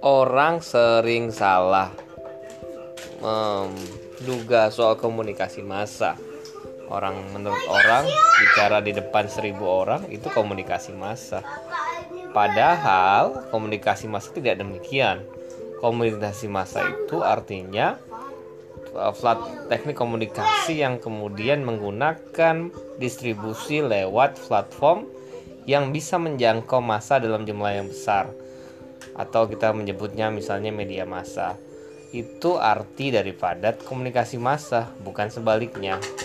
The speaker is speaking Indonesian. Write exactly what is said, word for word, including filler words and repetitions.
Orang sering salah menduga soal komunikasi massa. Orang menurut orang bicara di depan seribu orang itu komunikasi massa. Padahal komunikasi massa tidak demikian. Komunikasi massa itu artinya flat teknik komunikasi yang kemudian menggunakan distribusi lewat platform yang bisa menjangkau massa dalam jumlah yang besar, atau kita menyebutnya misalnya media massa. Itu arti daripada komunikasi massa, bukan sebaliknya.